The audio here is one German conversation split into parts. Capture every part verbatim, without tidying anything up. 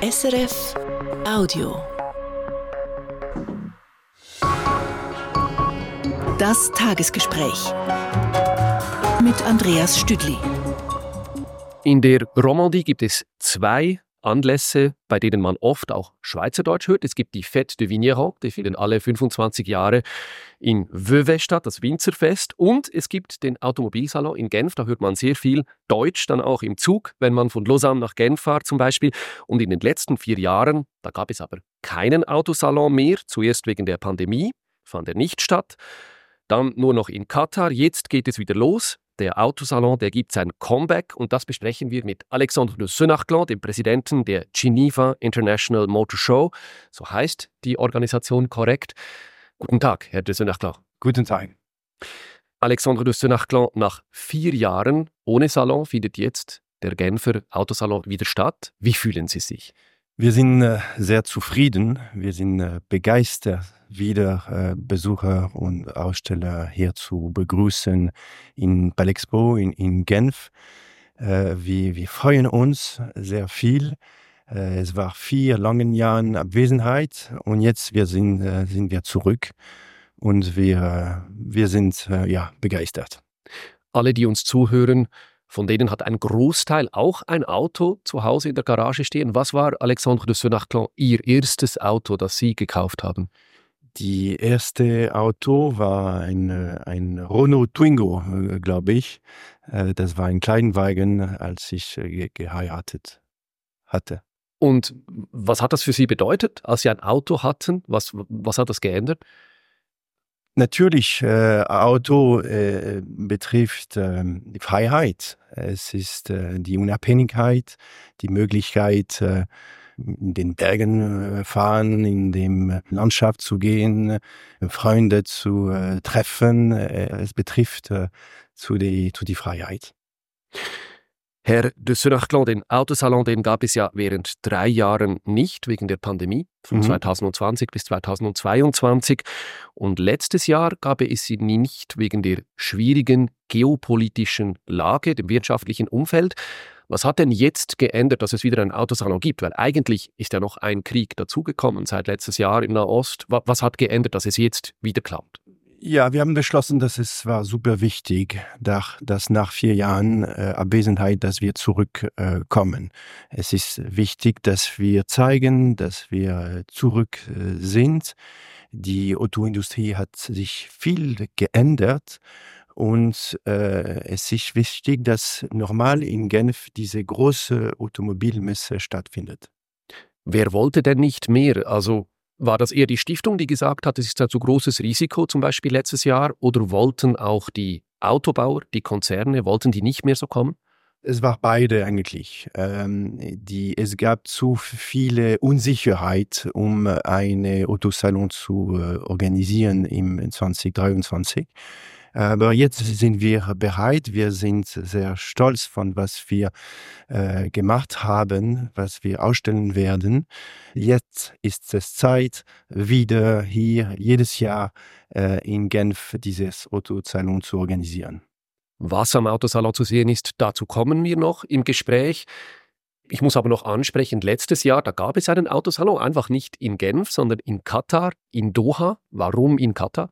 S R F Audio. Das Tagesgespräch mit Andreas Stüdli. In der Romandie gibt es zwei Anlässe, bei denen man oft auch Schweizerdeutsch hört. Es gibt die Fête de Vigneron, die findet alle fünfundzwanzig Jahre in Vevey statt, das Winzerfest. Und es gibt den Automobilsalon in Genf, da hört man sehr viel Deutsch, dann auch im Zug, wenn man von Lausanne nach Genf fährt zum Beispiel. Und in den letzten vier Jahren, da gab es aber keinen Autosalon mehr, zuerst wegen der Pandemie, fand er nicht statt. Dann nur noch in Katar, jetzt geht es wieder los. Der Autosalon, der gibt sein Comeback und das besprechen wir mit Alexandre de Senachclan, dem Präsidenten der Geneva International Motor Show. So heißt die Organisation korrekt. Guten Tag, Herr de Senachclan. Guten Tag. Alexandre de Senachclan, nach vier Jahren ohne Salon findet jetzt der Genfer Autosalon wieder statt. Wie fühlen Sie sich? Wir sind äh, sehr zufrieden, wir sind äh, begeistert, wieder äh, Besucher und Aussteller hier zu begrüßen in Palexpo in, in Genf. Äh, wir, wir freuen uns sehr viel. Äh, es war vier langen Jahren Abwesenheit und jetzt wir sind, äh, sind wir zurück und wir, wir sind äh, ja, begeistert. Alle, die uns zuhören, von denen hat ein Großteil auch ein Auto zu Hause in der Garage stehen. Was war, Alexandre de Senachclan, Ihr erstes Auto, das Sie gekauft haben? Die erste Auto war ein, ein Renault Twingo, glaube ich. Das war ein Kleinwagen, als ich geheiratet hatte. Und was hat das für Sie bedeutet, als Sie ein Auto hatten? Was, was hat das geändert? Natürlich, äh, Auto äh, betrifft äh, die Freiheit. Es ist äh, die Unabhängigkeit, die Möglichkeit, äh, in den Bergen äh, fahren, in die Landschaft zu gehen, äh, Freunde zu äh, treffen. Äh, es betrifft äh, zu die, zu die Freiheit. Herr de Senachclan, den Autosalon, den gab es ja während drei Jahren nicht, wegen der Pandemie, von mhm. zweitausendzwanzig bis zweitausendzweiundzwanzig. Und letztes Jahr gab es ihn nicht wegen der schwierigen geopolitischen Lage, dem wirtschaftlichen Umfeld. Was hat denn jetzt geändert, dass es wieder einen Autosalon gibt? Weil eigentlich ist ja noch ein Krieg dazugekommen seit letztes Jahr im Nahost. Was hat geändert, dass es jetzt wieder klappt? Ja, wir haben beschlossen, dass es war super wichtig, dass nach vier Jahren äh, Abwesenheit, dass wir zurückkommen. Äh, es ist wichtig, dass wir zeigen, dass wir zurück äh, sind. Die Autoindustrie hat sich viel geändert und äh, es ist wichtig, dass normal in Genf diese große Automobilmesse stattfindet. Wer wollte denn nicht mehr? Also war das eher die Stiftung, die gesagt hat, es ist ein zu großes Risiko, zum Beispiel letztes Jahr? Oder wollten auch die Autobauer, die Konzerne, wollten die nicht mehr so kommen? Es war beide eigentlich. Ähm, die, es gab zu viele Unsicherheit, um einen Autosalon zu äh, organisieren im zwanzig dreiundzwanzig. Aber jetzt sind wir bereit, wir sind sehr stolz von was wir äh, gemacht haben, was wir ausstellen werden. Jetzt ist es Zeit, wieder hier jedes Jahr äh, in Genf dieses Autosalon zu organisieren. Was am Autosalon zu sehen ist, dazu kommen wir noch im Gespräch. Ich muss aber noch ansprechen, letztes Jahr, da gab es einen Autosalon, einfach nicht in Genf, sondern in Katar, in Doha. Warum in Katar?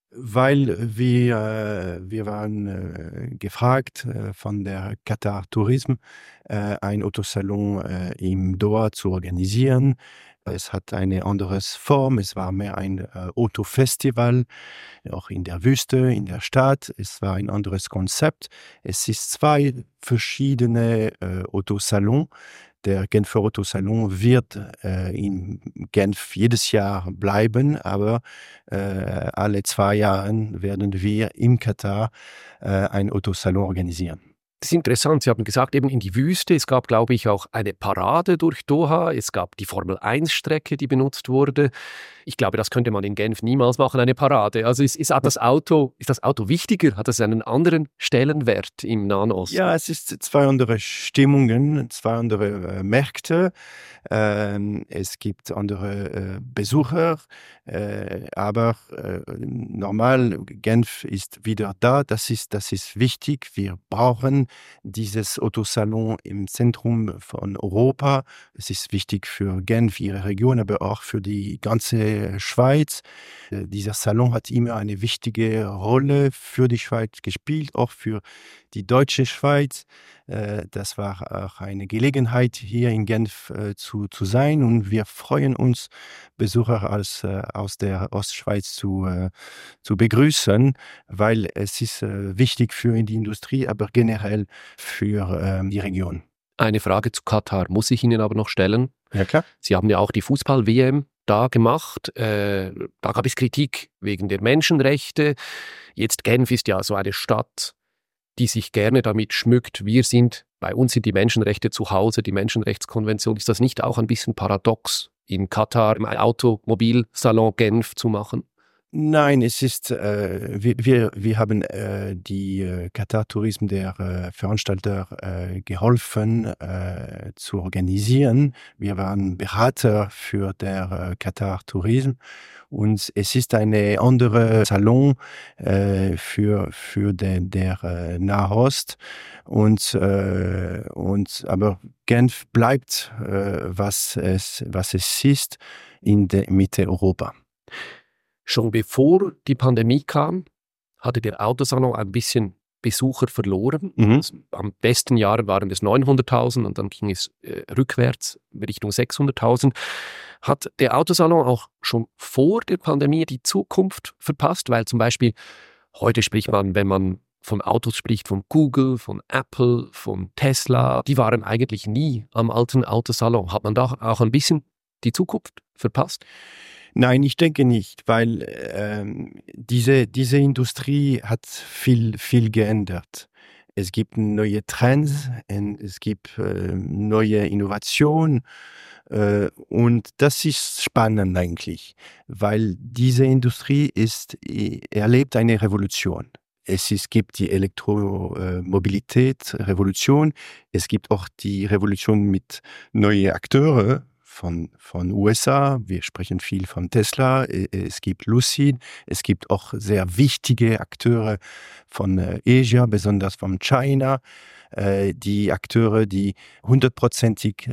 Weil wir, äh, wir waren äh, gefragt äh, von der Qatar Tourism, äh, ein Autosalon äh, im Doha zu organisieren. Es hat eine andere Form, es war mehr ein äh, Autofestival, auch in der Wüste, in der Stadt. Es war ein anderes Konzept. Es ist zwei verschiedene äh, Autosalons. Der Genfer Autosalon wird äh, in Genf jedes Jahr bleiben, aber äh, alle zwei Jahre werden wir im Katar äh, ein Autosalon organisieren. Das ist interessant. Sie haben gesagt, eben in die Wüste. Es gab, glaube ich, auch eine Parade durch Doha. Es gab die Formel eins Strecke, die benutzt wurde. Ich glaube, das könnte man in Genf niemals machen, eine Parade. Also ist, ist, das, Auto, ist das Auto wichtiger? Hat es einen anderen Stellenwert im Nahen Osten? Ja, es ist zwei andere Stimmungen, zwei andere äh, Märkte. Ähm, es gibt andere äh, Besucher. Äh, aber äh, normal, Genf ist wieder da. Das ist, das ist wichtig. Wir brauchen dieses Autosalon im Zentrum von Europa. Es ist wichtig für Genf, ihre Region, aber auch für die ganze Schweiz. Äh, dieser Salon hat immer eine wichtige Rolle für die Schweiz gespielt, auch für die deutsche Schweiz. Äh, das war auch eine Gelegenheit, hier in Genf äh, zu, zu sein, und wir freuen uns, Besucher als, äh, aus der Ostschweiz zu, äh, zu begrüßen, weil es ist äh, wichtig für die Industrie, aber generell für äh, die Region. Eine Frage zu Katar muss ich Ihnen aber noch stellen. Ja, klar. Sie haben ja auch die Fußball-W M da gemacht. Äh, da gab es Kritik wegen der Menschenrechte. Jetzt Genf ist ja so eine Stadt, die sich gerne damit schmückt, wir sind, bei uns sind die Menschenrechte zu Hause, die Menschenrechtskonvention. Ist das nicht auch ein bisschen paradox, in Katar im Automobilsalon Genf zu machen? Nein, es ist, äh, wir, wir, wir haben äh, die äh, Katar Tourism, der äh, Veranstalter, äh, geholfen äh, zu organisieren. Wir waren Berater für der äh, Katar Tourism, und es ist eine andere Salon äh, für, für den, der äh, Nahost. Und, äh, und, aber Genf bleibt, äh, was, es, was es ist, in der Mitte Europa. Schon bevor die Pandemie kam, hatte der Autosalon ein bisschen Besucher verloren. Mhm. Also am besten Jahren waren es neunhunderttausend und dann ging es äh, rückwärts Richtung sechshunderttausend. Hat der Autosalon auch schon vor der Pandemie die Zukunft verpasst? Weil zum Beispiel heute spricht man, wenn man von Autos spricht, von Google, von Apple, von Tesla. Die waren eigentlich nie am alten Autosalon. Hat man da auch ein bisschen die Zukunft verpasst? Nein, ich denke nicht, weil ähm, diese, diese Industrie hat viel, viel geändert. Es gibt neue Trends, es gibt äh, neue Innovationen, äh, und das ist spannend eigentlich, weil diese Industrie ist, erlebt eine Revolution. Es ist, gibt die Elektromobilität-Revolution, es gibt auch die Revolution mit neuen Akteuren, Von, von U S A, wir sprechen viel von Tesla, es gibt Lucid, es gibt auch sehr wichtige Akteure von Asia, besonders von China, die Akteure, die hundertprozentig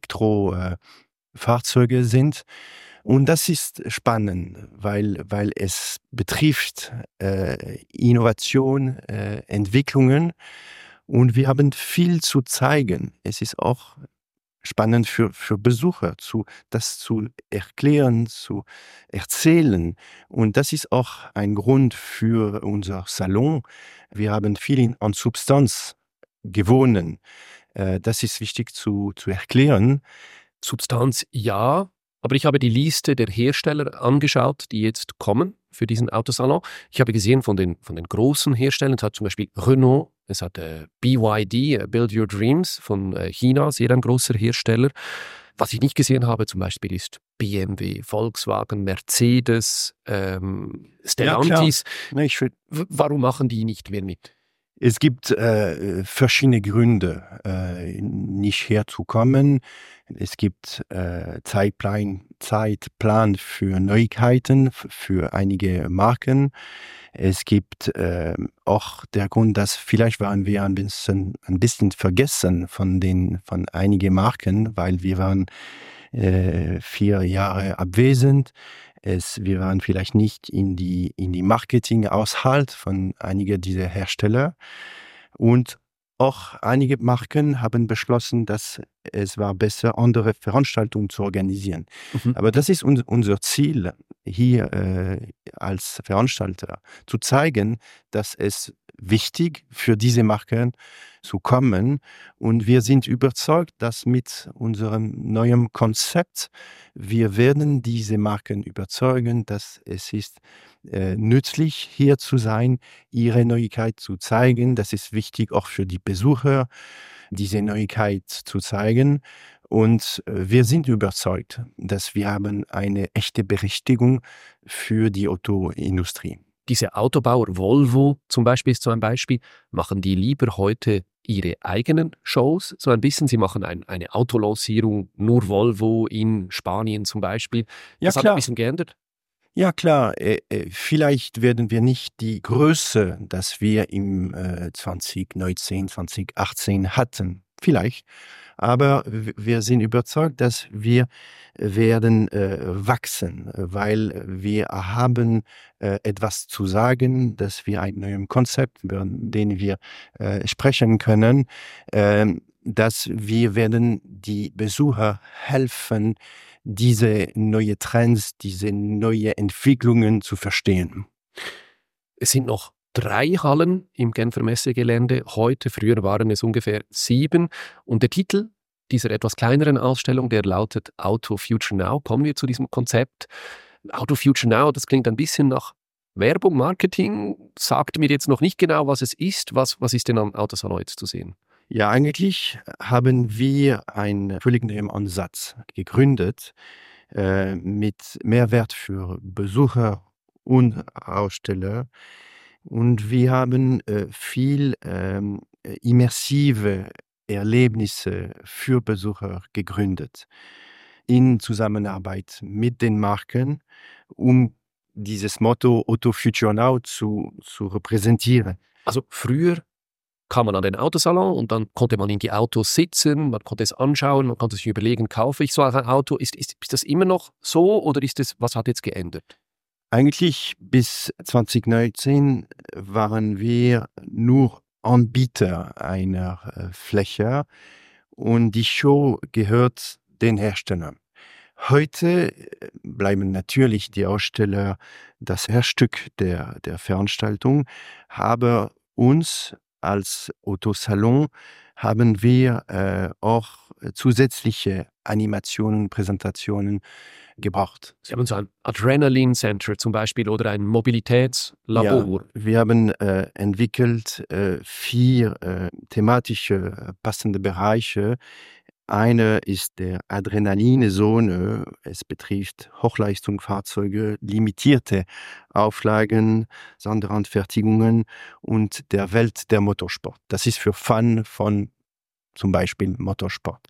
Elektrofahrzeuge sind. Und das ist spannend, weil, weil es betrifft äh, Innovation, äh, Entwicklungen, und wir haben viel zu zeigen. Es ist auch spannend für, für Besucher, zu, das zu erklären, zu erzählen. Und das ist auch ein Grund für unser Salon. Wir haben viel an Substanz gewonnen. Äh, das ist wichtig zu, zu erklären. Substanz ja, aber ich habe die Liste der Hersteller angeschaut, die jetzt kommen für diesen Autosalon. Ich habe gesehen von den, von den großen Herstellern, es hat zum Beispiel Renault, es hat äh, B Y D, äh, Build Your Dreams von äh, China, sehr ein großer Hersteller. Was ich nicht gesehen habe zum Beispiel ist B M W, Volkswagen, Mercedes, ähm, Stellantis. Ja, ich will, w- warum machen die nicht mehr mit? Es gibt äh, verschiedene Gründe, äh, nicht herzukommen. Es gibt äh, Zeitplan, Zeitplan für Neuigkeiten, f- für einige Marken. Es gibt äh, auch der Grund, dass vielleicht waren wir ein bisschen, ein bisschen vergessen von den, von einigen Marken, weil wir waren äh, vier Jahre abwesend. Es, wir waren vielleicht nicht in die, in die Marketing-Aushalt von einigen dieser Hersteller. Und auch einige Marken haben beschlossen, dass es war besser, andere Veranstaltungen zu organisieren. Mhm. Aber das ist un- unser Ziel hier äh, als Veranstalter, zu zeigen, dass es wichtig für diese Marken zu kommen. Und wir sind überzeugt, dass mit unserem neuen Konzept wir werden diese Marken überzeugen, dass es ist äh, nützlich, hier zu sein, ihre Neuigkeit zu zeigen. Das ist wichtig auch für die Besucher, diese Neuigkeit zu zeigen. Und äh, wir sind überzeugt, dass wir haben eine echte Berechtigung für die Autoindustrie. Diese Autobauer Volvo zum Beispiel ist so ein Beispiel. Machen die lieber heute ihre eigenen Shows? So ein bisschen, sie machen ein, eine Autolancierung, nur Volvo in Spanien zum Beispiel. Ja, Das hat klar. ein bisschen geändert. Ja klar, äh, äh, vielleicht werden wir nicht die Größe, das wir im äh, zwanzig neunzehn, zwanzig achtzehn hatten. Vielleicht. Aber w- wir sind überzeugt, dass wir werden äh, wachsen, weil wir haben äh, etwas zu sagen, dass wir ein neues Konzept, über den wir äh, sprechen können, ähm, dass wir werden die Besucher helfen, diese neue Trends, diese neue Entwicklungen zu verstehen. Es sind noch drei Hallen im Genfer Messegelände heute. Früher waren es ungefähr sieben. Und der Titel dieser etwas kleineren Ausstellung, der lautet Auto Future Now. Kommen wir zu diesem Konzept. Auto Future Now, das klingt ein bisschen nach Werbung, Marketing. Sagt mir jetzt noch nicht genau, was es ist. Was, was ist denn am Autosalon jetzt zu sehen? Ja, eigentlich haben wir einen völlig neuen Ansatz gegründet, äh, mit Mehrwert für Besucher und Aussteller. Und wir haben äh, viel ähm, immersive Erlebnisse für Besucher gegründet, in Zusammenarbeit mit den Marken, um dieses Motto Auto Future Now zu, zu repräsentieren. Also früher kam man an den Autosalon und dann konnte man in die Autos sitzen, man konnte es anschauen, man konnte sich überlegen, kaufe ich so ein Auto? Ist, ist, ist das immer noch so oder ist es, was hat jetzt geändert? Eigentlich bis zwanzig neunzehn waren wir nur Anbieter einer äh, Fläche und die Show gehört den Herstellern. Heute äh, bleiben natürlich die Aussteller das Herzstück der, der Veranstaltung, aber uns als Autosalon haben wir äh, auch zusätzliche Animationen, Präsentationen gebraucht. Sie haben so ein Adrenaline Center zum Beispiel oder ein Mobilitätslabor. Ja, wir haben äh, entwickelt äh, vier äh, thematische passende Bereiche. Eine ist der Adrenalinzone. Es betrifft Hochleistungsfahrzeuge, limitierte Auflagen, Sonderanfertigungen und der Welt der Motorsport. Das ist für Fan von zum Beispiel Motorsport.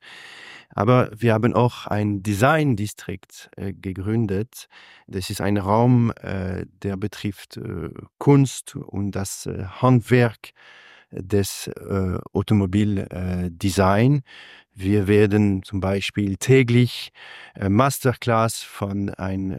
Aber wir haben auch ein Design-Distrikt äh, gegründet. Das ist ein Raum, äh, der betrifft äh, Kunst und das äh, Handwerk des äh, Automobildesign. Äh, wir werden zum Beispiel täglich äh, Masterclass von einer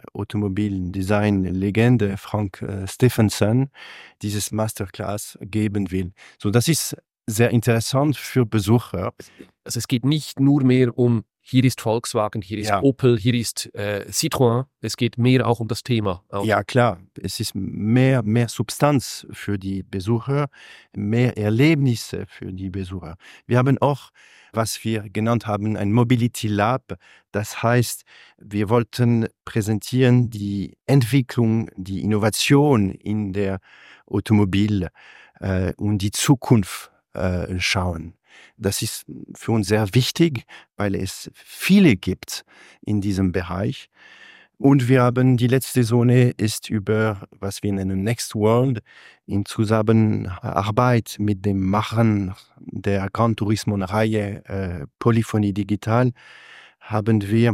Automobildesign-Legende, Frank äh, Stephenson, dieses Masterclass geben will. So, das ist sehr interessant für Besucher. Also es geht nicht nur mehr um, hier ist Volkswagen, hier ist Ja. Opel, hier ist äh, Citroën. Es geht mehr auch um das Thema. Auto. Ja, klar. Es ist mehr, mehr Substanz für die Besucher, mehr Erlebnisse für die Besucher. Wir haben auch, was wir genannt haben, ein Mobility Lab. Das heißt, wir wollten präsentieren die Entwicklung, die Innovation in der Automobil äh, und die Zukunft äh, schauen. Das ist für uns sehr wichtig, weil es viele gibt in diesem Bereich. Und wir haben die letzte Zone ist über, was wir nennen Next World, in Zusammenarbeit mit dem Machern der Gran Turismo-Reihe äh, Polyphonie Digital haben wir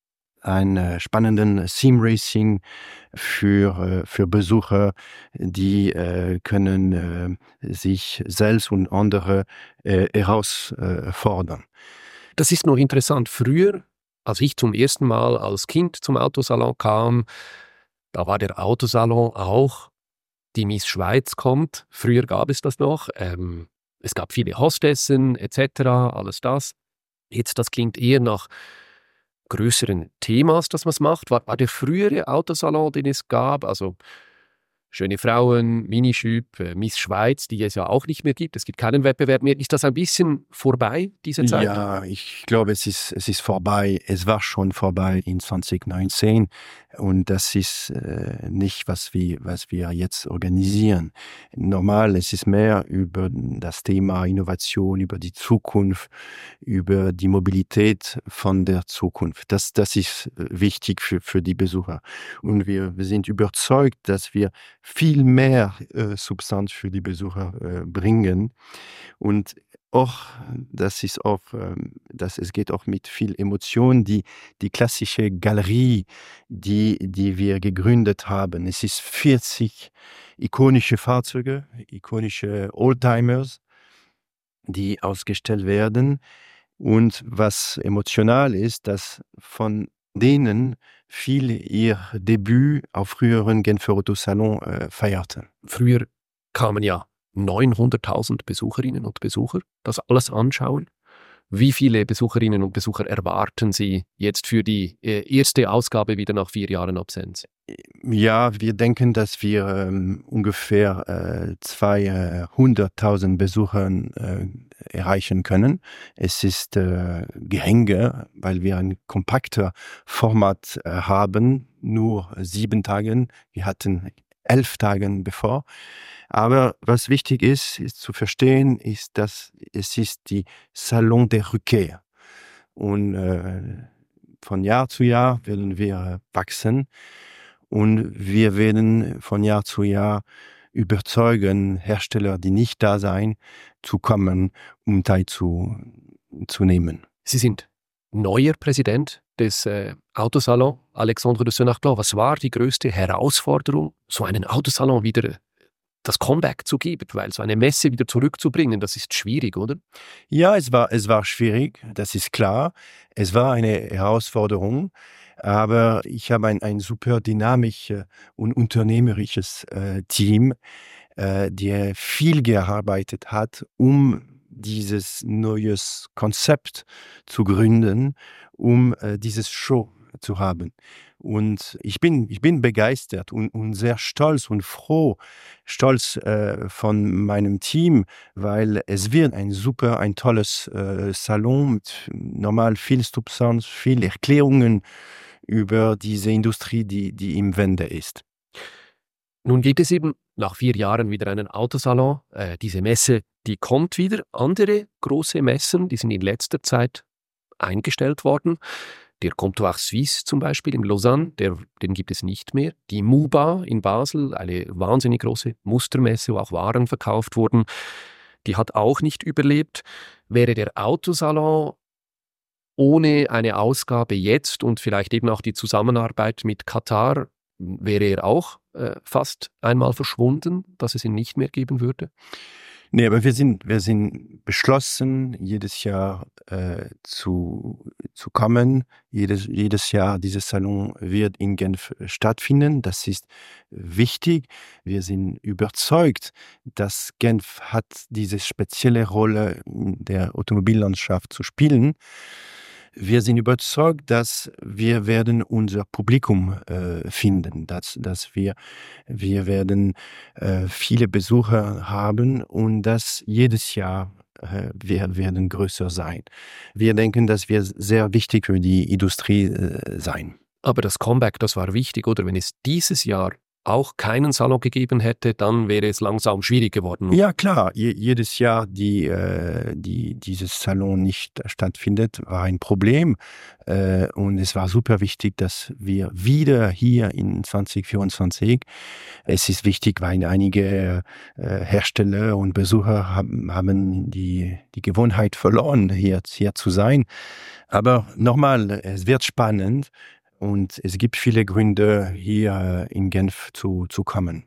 einen spannenden Sim-Racing für, für Besucher, die äh, können äh, sich selbst und andere äh, herausfordern. Das ist noch interessant. Früher, als ich zum ersten Mal als Kind zum Autosalon kam, da war der Autosalon auch, die Miss Schweiz kommt. Früher gab es das noch. Ähm, es gab viele Hostessen et cetera, alles das. Jetzt, das klingt eher nach größeren Themas, dass man es macht. War, war der frühere Autosalon, den es gab, also Schöne Frauen, Minischüb, äh, Miss Schweiz, die es ja auch nicht mehr gibt. Es gibt keinen Wettbewerb mehr. Ist das ein bisschen vorbei, diese Zeit? Ja, ich glaube, es ist, es ist vorbei. Es war schon vorbei in zwanzig neunzehn und das ist äh, nicht, was wir, was wir jetzt organisieren. Normal, es ist mehr über das Thema Innovation, über die Zukunft, über die Mobilität von der Zukunft. Das, das ist wichtig für, für die Besucher. Und wir, wir sind überzeugt, dass wir viel mehr äh, Substanz für die Besucher äh, bringen. Und auch, das ist auch, dass es geht auch mit viel Emotion, die, die klassische Galerie, die, die wir gegründet haben. Es ist vierzig ikonische Fahrzeuge, ikonische Oldtimers, die ausgestellt werden. Und was emotional ist, dass von denen viele ihr Debüt auf früheren Genfer Autosalon äh, feierten. Früher kamen ja neunhunderttausend Besucherinnen und Besucher das alles anschauen. Wie viele Besucherinnen und Besucher erwarten Sie jetzt für die äh, erste Ausgabe wieder nach vier Jahren Absenz? Ja, wir denken, dass wir ähm, ungefähr äh, zweihunderttausend Besucher äh, erreichen können. Es ist äh, geringer, weil wir ein kompakter Format äh, haben, nur sieben Tage. Wir hatten elf Tage bevor. Aber was wichtig ist, ist zu verstehen, ist, dass es ist die Salon der Rückkehr. Und äh, von Jahr zu Jahr werden wir wachsen und wir werden von Jahr zu Jahr überzeugen, Hersteller, die nicht da sein, zu kommen, um teilzunehmen. Sie sind neuer Präsident des äh, Autosalon, Alexandre de Senachblau. Was war die größte Herausforderung, so einen Autosalon wieder das Comeback zu geben, weil so eine Messe wieder zurückzubringen, das ist schwierig, oder? Ja, es war, es war schwierig, das ist klar. Es war eine Herausforderung, aber ich habe ein, ein super dynamisches und unternehmerisches äh, Team, äh, der viel gearbeitet hat, um dieses neues Konzept zu gründen, um äh, dieses Show zu haben. Und ich bin, ich bin begeistert und, und sehr stolz und froh, stolz äh, von meinem Team, weil es wird ein super, ein tolles äh, Salon mit normal viel Substanz, viel Erklärungen über diese Industrie, die, die im Wende ist. Nun gibt es eben nach vier Jahren wieder einen Autosalon. Äh, diese Messe, die kommt wieder. Andere große Messen, die sind in letzter Zeit eingestellt worden. Der Comptoir Suisse zum Beispiel in Lausanne, der, den gibt es nicht mehr. Die MUBA in Basel, eine wahnsinnig große Mustermesse, wo auch Waren verkauft wurden, die hat auch nicht überlebt. Wäre der Autosalon ohne eine Ausgabe jetzt und vielleicht eben auch die Zusammenarbeit mit Katar, wäre er auch äh, fast einmal verschwunden, dass es ihn nicht mehr geben würde? Nee, aber wir sind, wir sind beschlossen, jedes Jahr äh, zu, zu kommen. Jedes, jedes Jahr, dieses Salon wird in Genf stattfinden. Das ist wichtig. Wir sind überzeugt, dass Genf hat diese spezielle Rolle in der Automobillandschaft zu spielen. Wir sind überzeugt, dass wir werden unser Publikum äh, finden, dass, dass wir, wir werden äh, viele Besucher haben und dass jedes Jahr äh, wir werden größer sein. Wir denken, dass wir sehr wichtig für die Industrie äh, sein. Aber das Comeback, das war wichtig, oder? Wenn es dieses Jahr auch keinen Salon gegeben hätte, dann wäre es langsam schwierig geworden. Ja, klar. Je, jedes Jahr, die, äh, die dieses Salon nicht stattfindet, war ein Problem. Äh, und es war super wichtig, dass wir wieder hier in zwanzig vierundzwanzig, es ist wichtig, weil einige äh, Hersteller und Besucher haben, haben die, die Gewohnheit verloren, hier, hier zu sein. Aber nochmal, es wird spannend. Und es gibt viele Gründe, hier in Genf zu, zu kommen.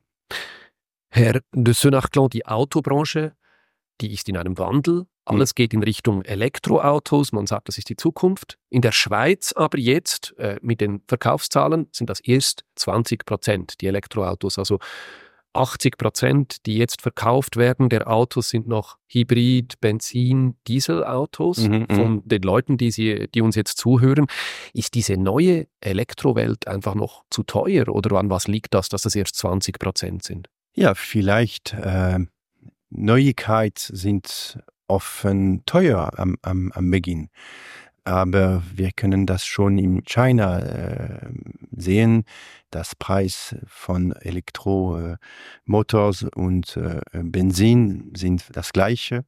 Herr de Senachblau, die Autobranche, die ist in einem Wandel. Alles geht in Richtung Elektroautos. Man sagt, das ist die Zukunft. In der Schweiz aber jetzt, äh, mit den Verkaufszahlen, sind das erst zwanzig Prozent, die Elektroautos. Also achtzig Prozent, die jetzt verkauft werden, der Autos sind noch Hybrid-, Benzin-, Dieselautos. Mhm, von den Leuten, die, sie, die uns jetzt zuhören. Ist diese neue Elektrowelt einfach noch zu teuer oder an was liegt das, dass das erst zwanzig Prozent sind? Ja, vielleicht äh, Neuigkeiten sind offen teuer am, am, am Beginn. Aber wir können das schon in China äh, sehen. Das Preis von Elektromotors und äh, Benzin sind das gleiche.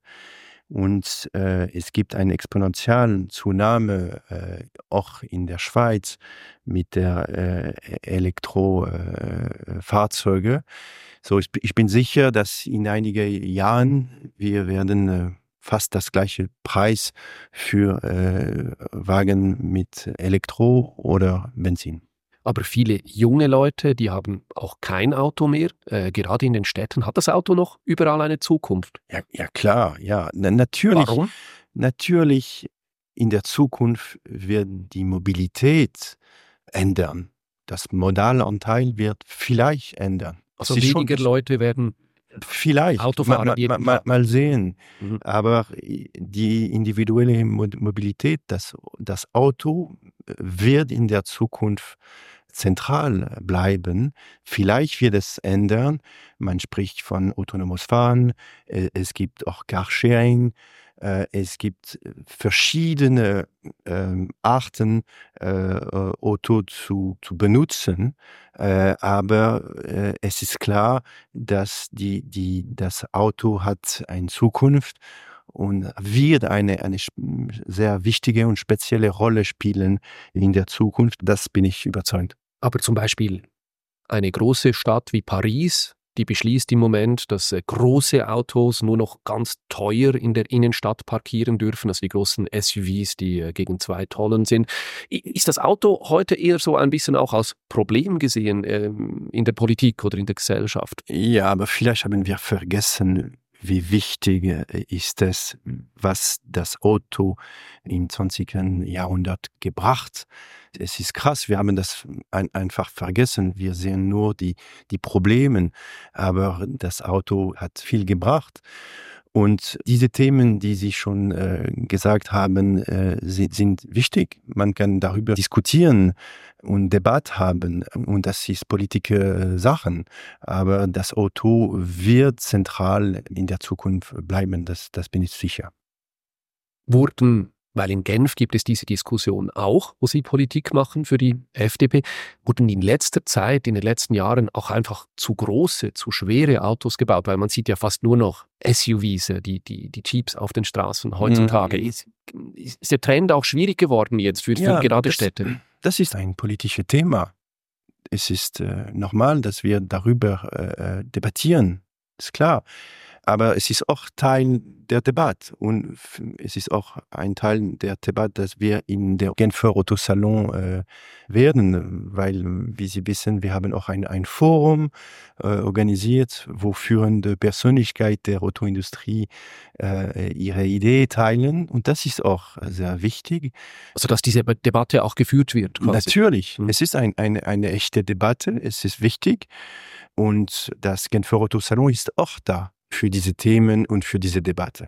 Und äh, es gibt eine exponentielle Zunahme äh, auch in der Schweiz mit der äh, Elektrofahrzeuge. Äh, so, ich, ich bin sicher, dass in einigen Jahren wir werden äh, fast das gleiche Preis für äh, Wagen mit Elektro oder Benzin. Aber viele junge Leute, die haben auch kein Auto mehr. Äh, gerade in den Städten hat das Auto noch überall eine Zukunft. Ja, ja klar, ja. Na, natürlich, Warum? Natürlich in der Zukunft wird die Mobilität ändern. Das Modalanteil wird vielleicht ändern. Also Es ist weniger schon- Leute werden Vielleicht, Autofahrer mal, jeden mal, mal, Tag. mal sehen. Mhm. Aber die individuelle Mo- Mobilität, das, das Auto wird in der Zukunft zentral bleiben. Vielleicht wird es ändern. Man spricht von autonomes Fahren. Äh, Es gibt auch Carsharing. Äh, Es gibt verschiedene ähm, Arten, äh, äh, Auto zu, zu benutzen. Äh, aber äh, es ist klar, dass die, die, das Auto hat eine Zukunft und wird eine, eine sp- sehr wichtige und spezielle Rolle spielen in der Zukunft. Das bin ich überzeugt. Aber zum Beispiel eine große Stadt wie Paris, die beschließt im Moment, dass äh, große Autos nur noch ganz teuer in der Innenstadt parkieren dürfen, also die großen S U Vs, die äh, gegen zwei Tonnen sind. I- Ist das Auto heute eher so ein bisschen auch als Problem gesehen ähm, in der Politik oder in der Gesellschaft? Ja, aber vielleicht haben wir vergessen, wie wichtig äh, ist es, was das Auto im zwanzigsten Jahrhundert gebracht. Es ist krass, wir haben das ein, einfach vergessen. Wir sehen nur die, die Probleme, aber das Auto hat viel gebracht. Und diese Themen, die Sie schon äh, gesagt haben, äh, sind, sind wichtig. Man kann darüber diskutieren und Debatte haben und das ist politische Sachen. Aber das Auto wird zentral in der Zukunft bleiben, das, das bin ich sicher. Wurden, weil in Genf gibt es diese Diskussion auch, wo Sie Politik machen für die F D P, wurden in letzter Zeit, in den letzten Jahren auch einfach zu große, zu schwere Autos gebaut, weil man sieht ja fast nur noch S U Vs, äh, die, die, die Jeeps auf den Straßen heutzutage. Mhm. Ist, ist der Trend auch schwierig geworden jetzt für, für Ja, gerade das- Städte? Das ist ein politisches Thema. Es ist äh, normal, dass wir darüber äh, debattieren, ist klar. Aber es ist auch Teil der Debatte und f- es ist auch ein Teil der Debatte, dass wir in der Genfer Autosalon äh, werden, weil, wie Sie wissen, wir haben auch ein, ein Forum äh, organisiert, wo führende Persönlichkeiten der Autoindustrie äh, ihre Idee teilen und das ist auch sehr wichtig. Also dass diese Be- Debatte auch geführt wird. Quasi. Natürlich, Mhm. es ist ein, eine, eine echte Debatte, es ist wichtig und das Genfer Autosalon ist auch da für diese Themen und für diese Debatte.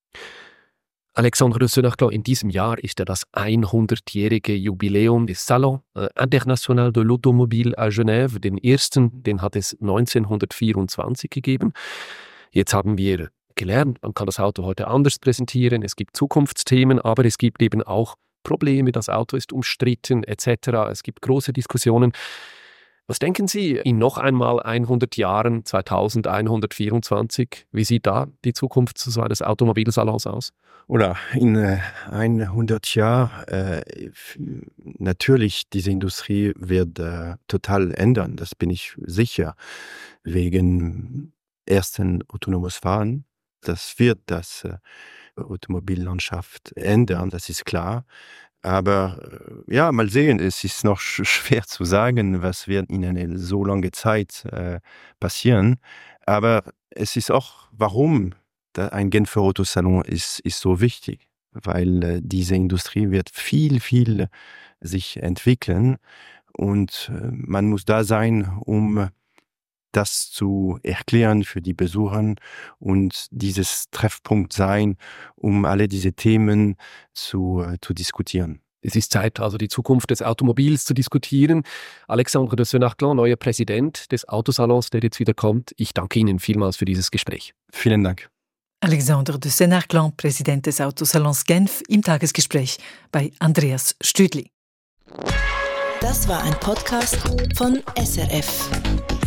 Alexandre de Senarclan, in diesem Jahr ist ja das hundertjährige Jubiläum des Salon äh, International de l'Automobile à Genève. Den ersten, den hat es neunzehnhundertvierundzwanzig gegeben. Jetzt haben wir gelernt, man kann das Auto heute anders präsentieren, es gibt Zukunftsthemen, aber es gibt eben auch Probleme, das Auto ist umstritten et cetera. Es gibt große Diskussionen. Was denken Sie in noch einmal hundert Jahren, zweitausendeinhundertvierundzwanzig, wie sieht da die Zukunft so eines Automobilsalons aus? Oder in äh, hundert Jahren, äh, f- natürlich, diese Industrie wird äh, total ändern, das bin ich sicher, wegen ersten autonomes Fahren. Das wird das äh, Automobillandschaft ändern, das ist klar. Aber äh, ja, mal sehen, es ist noch sch- schwer zu sagen, was wird in einer so langen Zeit äh, passieren. Aber es ist auch, warum da ein Genfer Autosalon ist, ist so wichtig, weil äh, diese Industrie wird viel, viel sich entwickeln und äh, man muss da sein, um das zu erklären für die Besucher und dieses Treffpunkt sein, um alle diese Themen zu, äh, zu diskutieren. Es ist Zeit, also die Zukunft des Automobils zu diskutieren. Alexandre de Senarclan, neuer Präsident des Autosalons, der jetzt wieder kommt. Ich danke Ihnen vielmals für dieses Gespräch. Vielen Dank. Alexandre de Senarclan, Präsident des Autosalons Genf, im Tagesgespräch bei Andreas Stüdli. Das war ein Podcast von S R F.